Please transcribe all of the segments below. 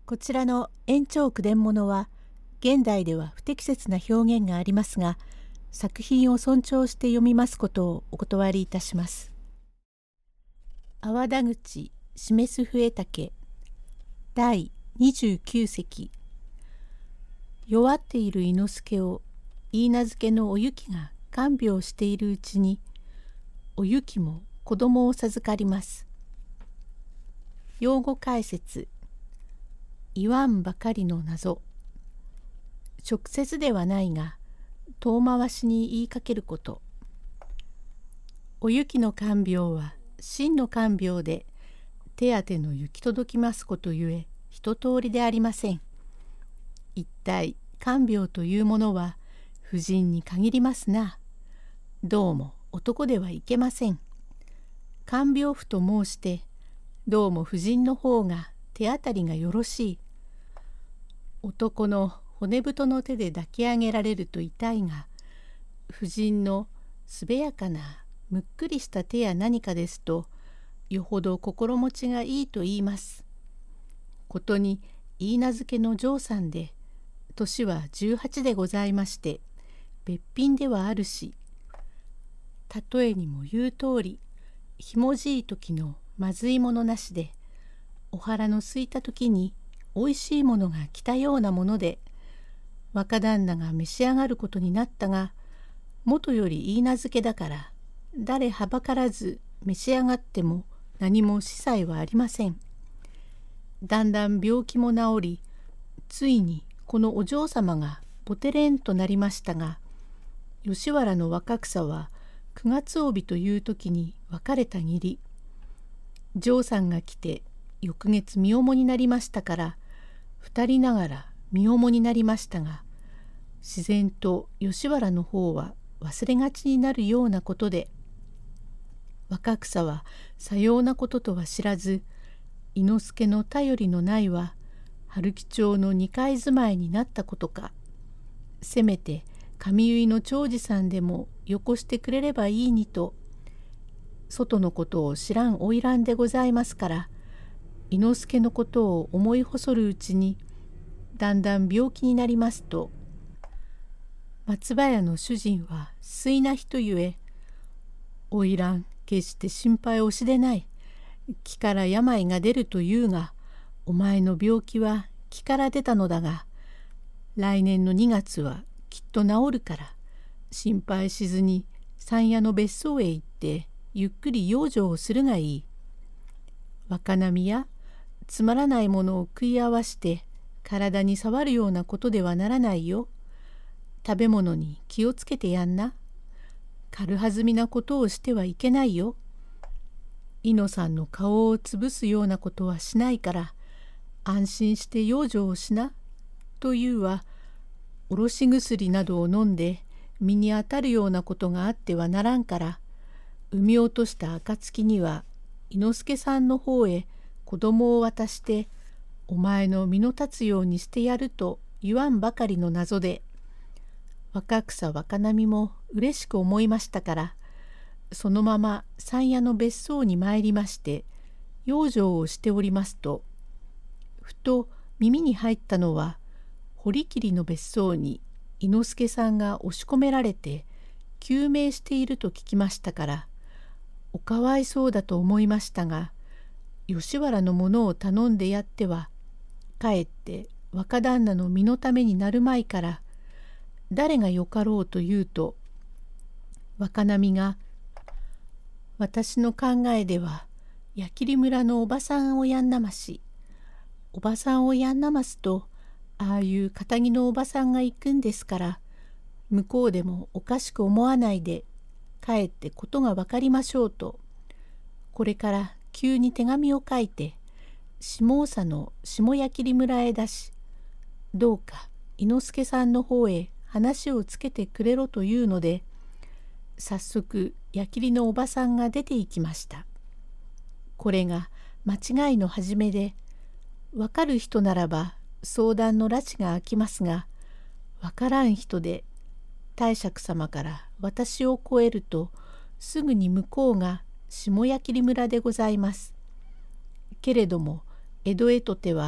こちらの延長句伝物は現代では不適切な表現がありますが、作品を尊重して読みますことをお断りいたします。阿波田口示す笛竹第29席。弱っている伊之助を許嫁のお雪が看病しているうちに、お雪も子供を授かります。用語解説。言わんばかりの謎。直接ではないが遠回しに言いかけること。お雪の看病は真の看病で、手当ての行き届きますことゆえ一通りでありません。一体看病というものは婦人に限りますな。どうも男ではいけません。看病婦と申してどうも婦人の方が手当たりがよろしい。男の骨太の手で抱き上げられると痛いが、婦人のすべやかなむっくりした手や何かですと、よほど心持ちがいいと言います。ことに許嫁の嬢さんで、年は18でございまして、べっぴんではあるし、たとえにも言う通り、ひもじい時のまずいものなしで、お腹の空いた時においしいものが来たようなもので、若旦那が召し上がることになったが、もとより許嫁だから、誰はばからず召し上がっても何も司祭はありません。だんだん病気も治り、ついにこのお嬢様がぼてれんとなりましたが、吉原の若草は9月帯という時に別れたぎり、嬢さんが来て翌月身重になりましたから、二人ながら身重になりましたが、自然と吉原の方は忘れがちになるようなことで、若草はさようなこととは知らず、伊之助の頼りのないは春木町の2階住まいになったことか、せめて上結の長次さんでもよこしてくれればいいにと、外のことを知らん花魁でございますから、伊之助のことを思い細るうちに、だんだん病気になりますと、松葉屋の主人は水な人ゆえ、花魁決して心配をしでない。気から病が出るというが、お前の病気は気から出たのだが、来年の2月はきっと治るから、心配しずに山谷の別荘へ行ってゆっくり養生をするがいい。若波やつまらないものを食い合わして体に触るようなことではならないよ。食べ物に気をつけてやんな。軽はずみなことをしてはいけないよ。猪野さんの顔を潰すようなことはしないから安心して養生をしな。というは、おろし薬などを飲んで身に当たるようなことがあってはならんから、産み落とした暁には伊之助さんの方へ子供を渡してお前の身の立つようにしてやると言わんばかりの謎で、若草若波も嬉しく思いましたから、そのまま山谷の別荘に参りまして養生をしておりますと、ふと耳に入ったのは、堀切の別荘に伊之助さんが押し込められて救命していると聞きましたから、おかわいそうだと思いましたが、吉原のものを頼んでやってはかえって若旦那の身のためになるまいから、誰がよかろうというと、若波が私の考えでは矢切村のおばさんをやんなまし、おばさんをやんなますと、ああいう堅気のおばさんが行くんですから、向こうでもおかしく思わないでかえってことが分かりましょうと、これから急に手紙を書いて下総の下矢切村へ出し、どうか伊之助さんの方へ話をつけてくれろというので、早速矢切のおばさんが出て行きました。これが間違いの始めで、わかる人ならば相談の拉致が開きますが、わからん人で大釈様から私を越えるとすぐに向こうが下矢切村でございます。けれども江戸へとては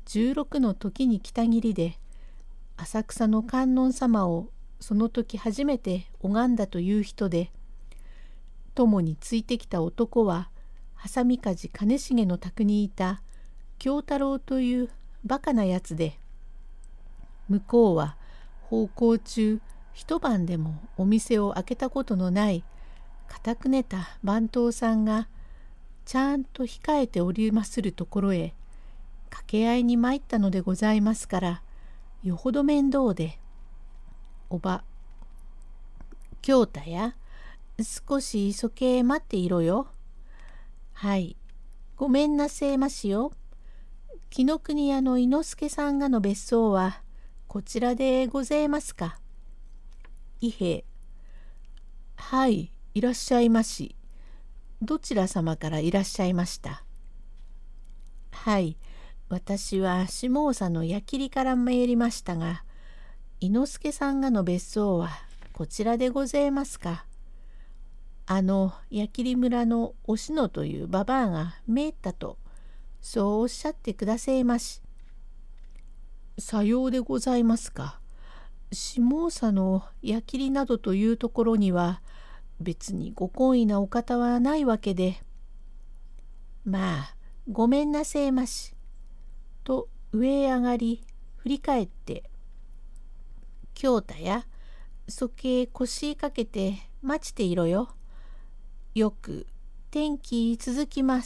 16の時に来たぎりで、浅草の観音様をその時初めて拝んだという人で、友についてきた男は挟みかじ兼重の宅にいた京太郎というバカなやつで、向こうは奉公中一晩でもお店を開けたことのない固くねた番頭さんがちゃんと控えておりまするところへ掛け合いに参ったのでございますから、よほど面倒で、おば、京太や、少しそけ待っていろよ。はい、ごめんなせえましよ。紀ノ国屋の伊之助さんがの別荘はこちらでごぜえますか。伊兵衛、はい、いらっしゃいまし。どちら様からいらっしゃいました。はい、私は下総の矢切から参りましたが、伊之助さんがの別荘はこちらでごぜえますか。矢切村のおしのというババアがめったと、そうおっしゃってくだせえまし。さようでございますか。下総の矢切などというところには別にご懇意なお方はないわけで、まあごめんなせえまし。と上へ上がり振り返って、京太や、そけ腰かけて待ちていろよ。よく天気続きます。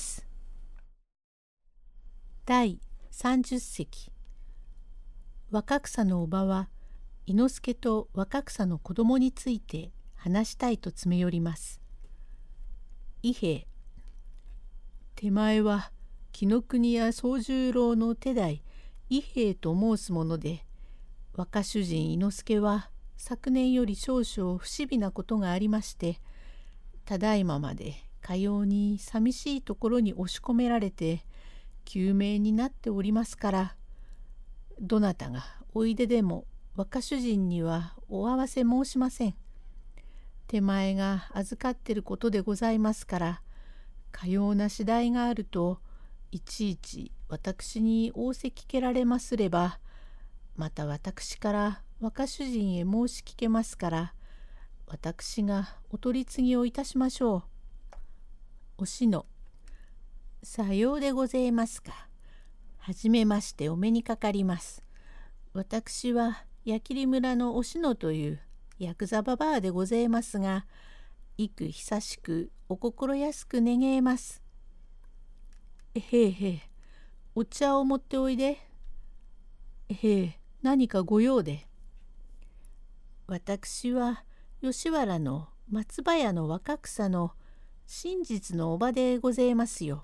第30席。若草のおばは伊之助と若草の子供について話したいと詰め寄ります。伊兵衛、手前は紀ノ国屋宗十郎の手代伊兵衛と申すもので、若主人伊之助は昨年より少々不思議なことがありまして、ただいままでかように寂しいところに押し込められて休眠になっておりますから、どなたがおいででも若主人にはお合わせ申しません。手前が預かってることでございますから、かような次第があるといちいち私に仰せ聞けられますれば、また私から若主人へ申し聞けますから、私がお取り次ぎをいたしましょう。おしの、さようでごぜえますか。はじめましてお目にかかります。私は矢切村のおしのというヤクザババアでごぜえますが、幾久しくお心安く願えます。へえへえ、お茶を持っておいで。へえ、何かご用で。私は吉原の松葉屋の若草の真実のおばでごぜえますよ。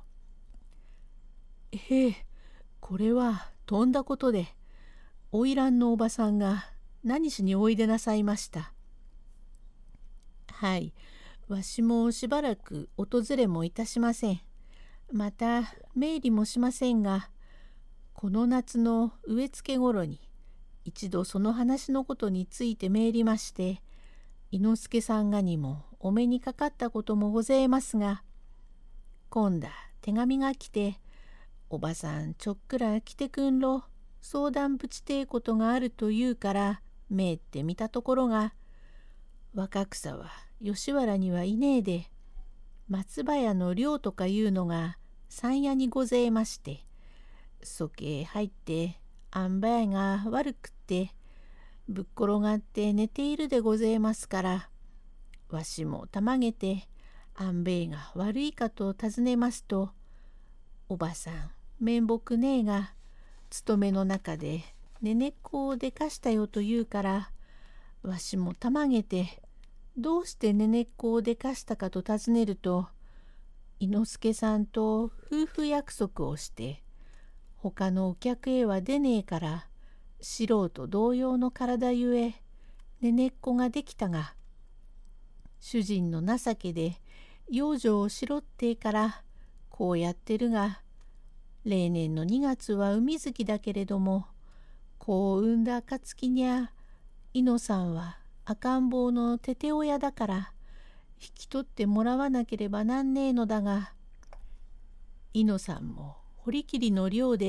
へえ、これはとんだことで、花魁のおばさんが何しにおいでなさいました。はい、わしもしばらく訪れもいたしません。また明理もしませんが、この夏の植え付けごろに一度その話のことについて参りまして、伊之助さんがにもお目にかかったこともございますが、今度手紙が来て、おばさんちょっくら来てくんろ、相談ぶちてえことがあると言うからめいってみたところが、若草は吉原にはいねえで、松葉屋の寮とかいうのが山屋にごぜえまして、そけへ入って塩梅が悪くってぶっ転がって寝ているでごぜえますから、わしもたまげて塩梅が悪いかと尋ねますと、おばさん面目ねえが勤めの中でねねっこをでかしたよと言うから、わしもたまげてどうしてねねっこをでかしたかと尋ねると、伊之助さんと夫婦約束をして他のお客へは出ねえから、素人同様の体ゆえねねっこができたが、主人の情けで養生をしろってからこうやってるが、例年の2月は海月だけれども、子を産んだ暁にゃ伊野さんは赤ん坊のてて親だから引き取ってもらわなければなんねえのだが、伊野さんも堀切の寮で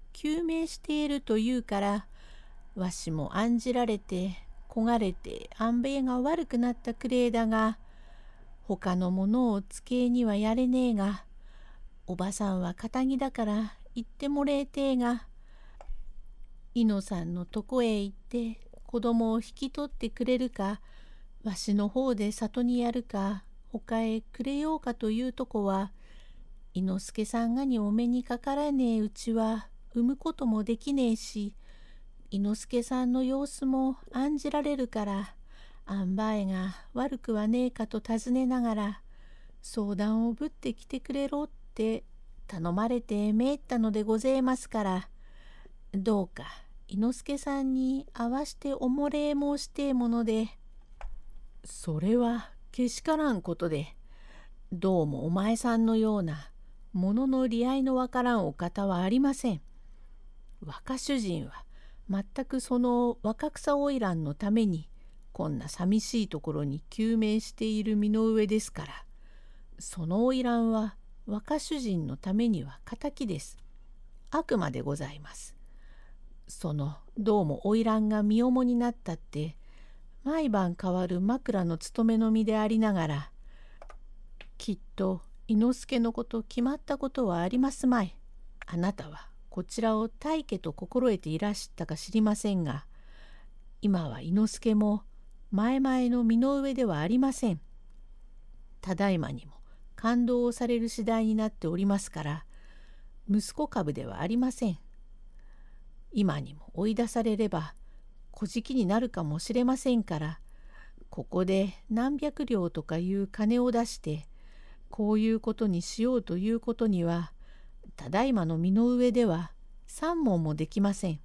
救命しているというから、わしも案じられて焦がれて安兵衛が悪くなったくれえだが、他のものをつけにはやれねえが、おばさんは堅気だから言ってもれえてえが、いのさんのとこへ行って子供を引き取ってくれるか、わしの方で里にやるか、他へくれようかというとこは、伊之助さんがにお目にかからねえうちは産むこともできねえし、伊之助さんの様子も案じられるから、あんばえが悪くはねえかと尋ねながら、相談をぶってきてくれろって頼まれてめえったのでごぜえますから、どうか伊之助さんに会わしておもれえ申してえもので。それはけしからんことで、どうもお前さんのようなものの利合いのわからんお方はありません。若主人は全くその若草花魁のためにこんな寂しいところに救命している身の上ですから、その花魁は若主人のためには敵です。悪魔でございます。そのどうも花魁が身重になったって毎晩変わる枕の務めの身でありながら、きっと伊之助のこと決まったことはありますまい。あなたはこちらを大家と心得ていらしたか知りませんが、今は伊之助も前々の身の上ではありません。ただいまにも勘当をされる次第になっておりますから、息子株ではありません。今にも追い出されれば小じになるかもしれませんから、ここで何百両とかいう金を出してこういうことにしようということには、ただいまの身の上では三文もできません。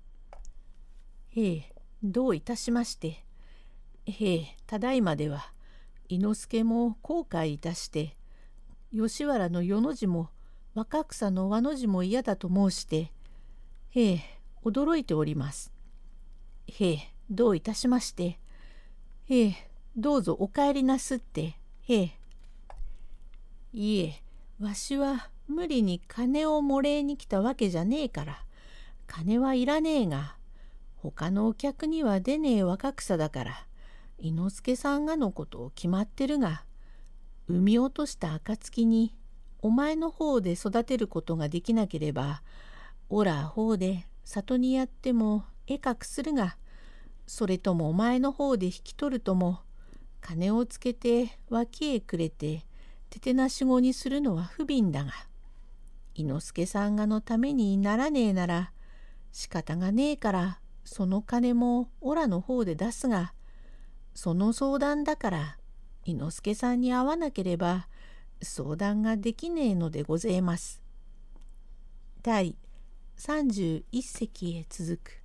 どういたしまして。ただいまでは伊之助も後悔いたして、吉原の与の字も若草の和の字も嫌だと申して、驚いております。どういたしまして。どうぞお帰りなすって。いえ、わしは無理に金をもれいに来たわけじゃねえから、金はいらねえが、他のお客には出ねえ若草だから、伊之助さんがのことを決まってるが、産み落とした暁にお前の方で育てることができなければ、おら方で里にやっても絵描くするが、それともお前の方で引き取るとも、金をつけて脇へくれてててなしごにするのは不憫だが、伊之助さんがのためにならねえなら仕方がねえから、その金もおらの方で出すが、その相談だから伊之助さんに会わなければ相談ができねえのでごぜえます。第31席へ続く。